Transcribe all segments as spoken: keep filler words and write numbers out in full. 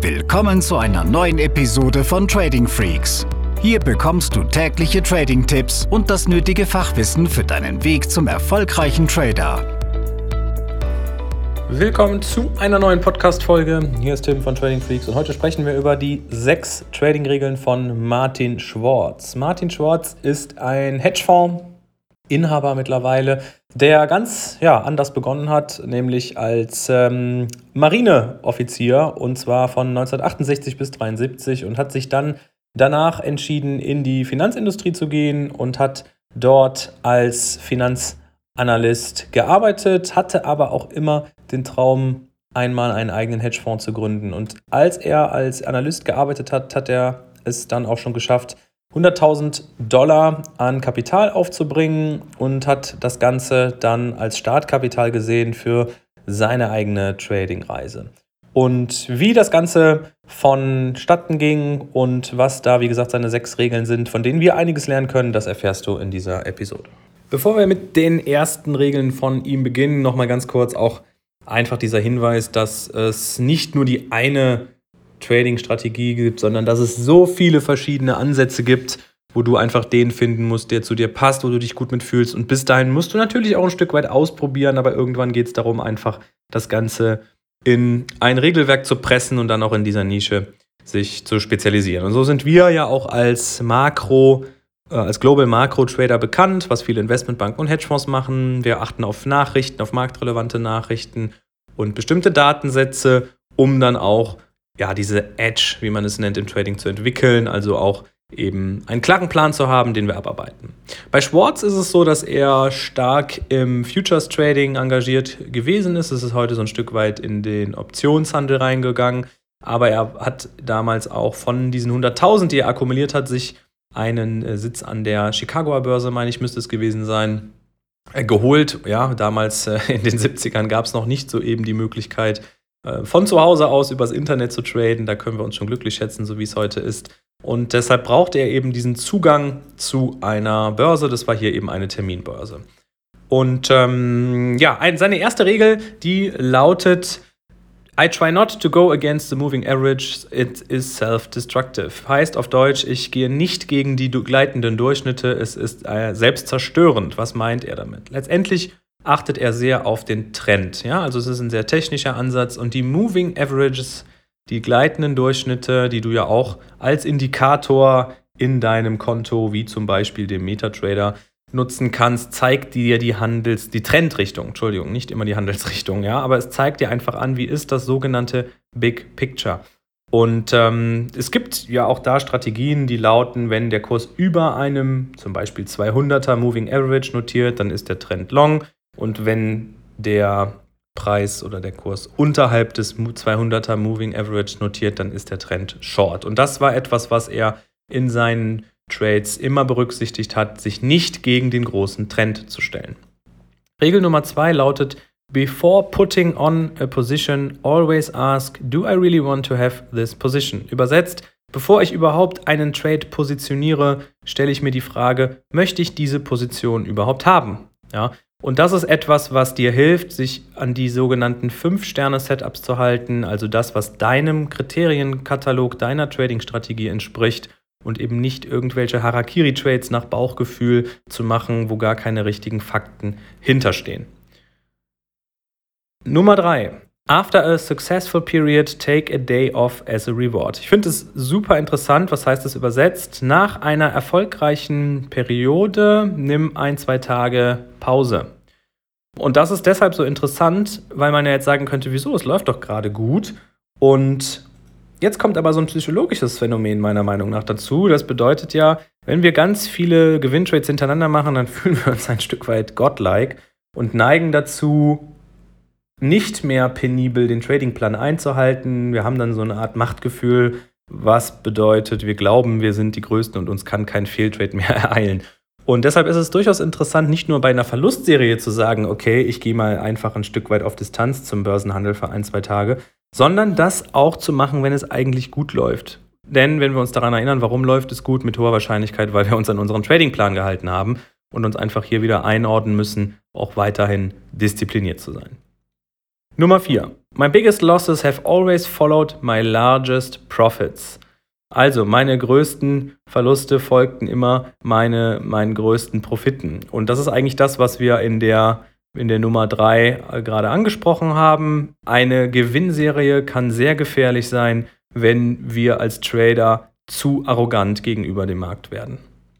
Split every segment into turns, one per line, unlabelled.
Willkommen zu einer neuen Episode von Trading Freaks. Hier bekommst du tägliche Trading-Tipps und das nötige Fachwissen für deinen Weg zum erfolgreichen Trader.
Willkommen zu einer neuen Podcast-Folge. Hier ist Tim von Trading Freaks und heute sprechen wir über die sechs Trading-Regeln von Martin Schwartz. Martin Schwartz ist ein Hedgefonds-Inhaber mittlerweile, der ganz ja, anders begonnen hat, nämlich als ähm, Marineoffizier und zwar von neunzehnhundertachtundsechzig bis dreiundsiebzig und hat sich dann danach entschieden, in die Finanzindustrie zu gehen und hat dort als Finanzanalyst gearbeitet, hatte aber auch immer den Traum, einmal einen eigenen Hedgefonds zu gründen. Und als er als Analyst gearbeitet hat, hat er es dann auch schon geschafft, hunderttausend Dollar an Kapital aufzubringen und hat das Ganze dann als Startkapital gesehen für seine eigene Trading-Reise. Und wie das Ganze vonstatten ging und was da, wie gesagt, seine sechs Regeln sind, von denen wir einiges lernen können, das erfährst du in dieser Episode. Bevor wir mit den ersten Regeln von ihm beginnen, nochmal ganz kurz auch einfach dieser Hinweis, dass es nicht nur die eine Trading-Strategie gibt, sondern dass es so viele verschiedene Ansätze gibt, wo du einfach den finden musst, der zu dir passt, wo du dich gut mitfühlst. Und bis dahin musst du natürlich auch ein Stück weit ausprobieren, aber irgendwann geht es darum, einfach das Ganze in ein Regelwerk zu pressen und dann auch in dieser Nische sich zu spezialisieren. Und so sind wir ja auch als Makro, äh, als Global Makro Trader bekannt, was viele Investmentbanken und Hedgefonds machen. Wir achten auf Nachrichten, auf marktrelevante Nachrichten und bestimmte Datensätze, um dann auch ja diese Edge, wie man es nennt, im Trading zu entwickeln, also auch eben einen klaren Plan zu haben, den wir abarbeiten. Bei Schwartz ist es so, dass er stark im Futures Trading engagiert gewesen ist. Es ist heute so ein Stück weit in den Optionshandel reingegangen, aber er hat damals auch von diesen hunderttausend, die er akkumuliert hat, sich einen Sitz an der Chicagoer Börse, meine ich, müsste es gewesen sein, geholt. Ja, damals in den siebzigern gab es noch nicht so eben die Möglichkeit, von zu Hause aus übers Internet zu traden. Da können wir uns schon glücklich schätzen, so wie es heute ist. Und deshalb brauchte er eben diesen Zugang zu einer Börse. Das war hier eben eine Terminbörse. Und ähm, ja, ein, seine erste Regel, die lautet: I try not to go against the moving average, it is self-destructive. Heißt auf Deutsch, ich gehe nicht gegen die gleitenden Durchschnitte, es ist äh, selbstzerstörend. Was meint er damit? Letztendlich achtet er sehr auf den Trend. Ja? Also es ist ein sehr technischer Ansatz und die Moving Averages, die gleitenden Durchschnitte, die du ja auch als Indikator in deinem Konto, wie zum Beispiel dem MetaTrader, nutzen kannst, zeigt dir die Handels-, die Trendrichtung, Entschuldigung, nicht immer die Handelsrichtung, ja, aber es zeigt dir einfach an, wie ist das sogenannte Big Picture. Und ähm, es gibt ja auch da Strategien, die lauten, wenn der Kurs über einem zum Beispiel zweihunderter Moving Average notiert, dann ist der Trend long. Und wenn der Preis oder der Kurs unterhalb des zweihunderter Moving Average notiert, dann ist der Trend short. Und das war etwas, was er in seinen Trades immer berücksichtigt hat, sich nicht gegen den großen Trend zu stellen. Regel Nummer zwei lautet: Before putting on a position, always ask, do I really want to have this position? Übersetzt: Bevor ich überhaupt einen Trade positioniere, stelle ich mir die Frage, möchte ich diese Position überhaupt haben? Ja. Und das ist etwas, was dir hilft, sich an die sogenannten fünf Sterne Setups zu halten, also das, was deinem Kriterienkatalog, deiner Trading-Strategie entspricht und eben nicht irgendwelche Harakiri-Trades nach Bauchgefühl zu machen, wo gar keine richtigen Fakten hinterstehen. Nummer drei. After a successful period, take a day off as a reward. Ich finde es super interessant. Was heißt das übersetzt? Nach einer erfolgreichen Periode nimm ein, zwei Tage Pause. Und das ist deshalb so interessant, weil man ja jetzt sagen könnte, wieso, es läuft doch gerade gut. Und jetzt kommt aber so ein psychologisches Phänomen meiner Meinung nach dazu. Das bedeutet ja, wenn wir ganz viele Gewinntrades hintereinander machen, dann fühlen wir uns ein Stück weit godlike und neigen dazu, nicht mehr penibel den Tradingplan einzuhalten. Wir haben dann so eine Art Machtgefühl, was bedeutet, wir glauben, wir sind die Größten und uns kann kein Fehltrade mehr ereilen. Und deshalb ist es durchaus interessant, nicht nur bei einer Verlustserie zu sagen, okay, ich gehe mal einfach ein Stück weit auf Distanz zum Börsenhandel für ein, zwei Tage, sondern das auch zu machen, wenn es eigentlich gut läuft. Denn wenn wir uns daran erinnern, warum läuft es gut, mit hoher Wahrscheinlichkeit, weil wir uns an unseren Tradingplan gehalten haben und uns einfach hier wieder einordnen müssen, auch weiterhin diszipliniert zu sein. Nummer vier. My biggest losses have always followed my largest profits. Also meine größten Verluste folgten immer meine, meinen größten Profiten. Und das ist eigentlich das, was wir in der, in der Nummer drei gerade angesprochen haben. Eine Gewinnserie kann sehr gefährlich sein, wenn wir als Trader zu arrogant gegenüber dem Markt werden.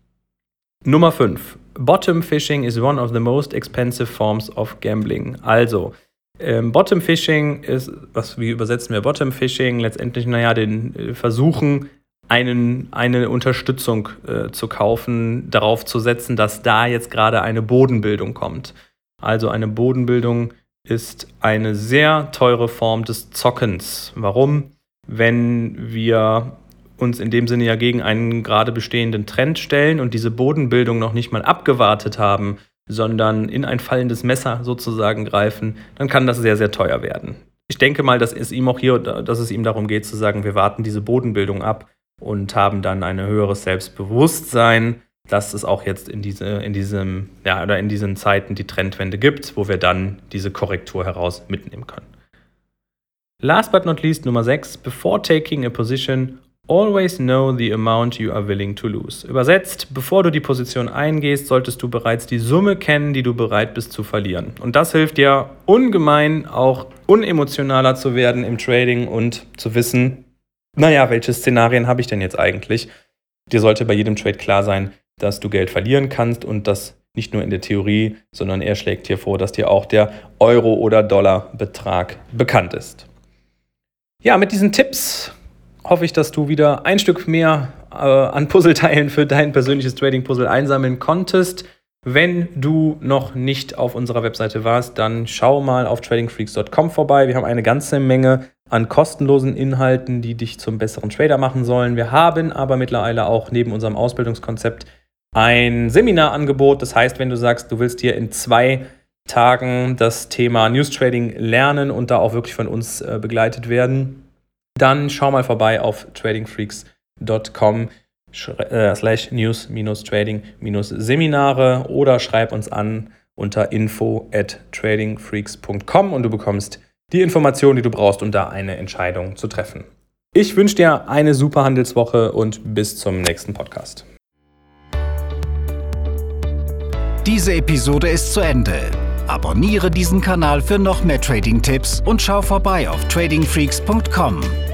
Nummer fünf. Bottom Fishing is one of the most expensive forms of gambling. Also, ähm, Bottom Fishing ist, was wie übersetzen wir Bottom Fishing? Letztendlich, naja, den äh, Versuchen, einen, eine Unterstützung äh, zu kaufen, darauf zu setzen, dass da jetzt gerade eine Bodenbildung kommt. Also eine Bodenbildung ist eine sehr teure Form des Zockens. Warum? Wenn wir uns in dem Sinne ja gegen einen gerade bestehenden Trend stellen und diese Bodenbildung noch nicht mal abgewartet haben, sondern in ein fallendes Messer sozusagen greifen, dann kann das sehr, sehr teuer werden. Ich denke mal, dass es ihm auch hier, dass es ihm darum geht zu sagen, wir warten diese Bodenbildung ab und haben dann ein höheres Selbstbewusstsein, dass es auch jetzt in diese, in diesem, ja, oder in diesen Zeiten die Trendwende gibt, wo wir dann diese Korrektur heraus mitnehmen können. Last but not least, Nummer sechs, before taking a position, always know the amount you are willing to lose. Übersetzt, bevor du die Position eingehst, solltest du bereits die Summe kennen, die du bereit bist zu verlieren. Und das hilft dir ungemein, auch unemotionaler zu werden im Trading und zu wissen, naja, welche Szenarien habe ich denn jetzt eigentlich? Dir sollte bei jedem Trade klar sein, dass du Geld verlieren kannst und das nicht nur in der Theorie, sondern er schlägt hier vor, dass dir auch der Euro- oder Dollarbetrag bekannt ist. Ja, mit diesen Tipps hoffe ich, dass du wieder ein Stück mehr äh, an Puzzleteilen für dein persönliches Trading-Puzzle einsammeln konntest. Wenn du noch nicht auf unserer Webseite warst, dann schau mal auf trading freaks dot com vorbei. Wir haben eine ganze Menge an kostenlosen Inhalten, die dich zum besseren Trader machen sollen. Wir haben aber mittlerweile auch neben unserem Ausbildungskonzept ein Seminarangebot. Das heißt, wenn du sagst, du willst hier in zwei Tagen das Thema News Trading lernen und da auch wirklich von uns äh, begleitet werden, dann schau mal vorbei auf trading freaks dot com slash news minus trading minus Seminare oder schreib uns an unter info at trading freaks dot com und du bekommst die Informationen, die du brauchst, um da eine Entscheidung zu treffen. Ich wünsche dir eine super Handelswoche und bis zum nächsten Podcast.
Diese Episode ist zu Ende. Abonniere diesen Kanal für noch mehr Trading-Tipps und schau vorbei auf trading freaks dot com.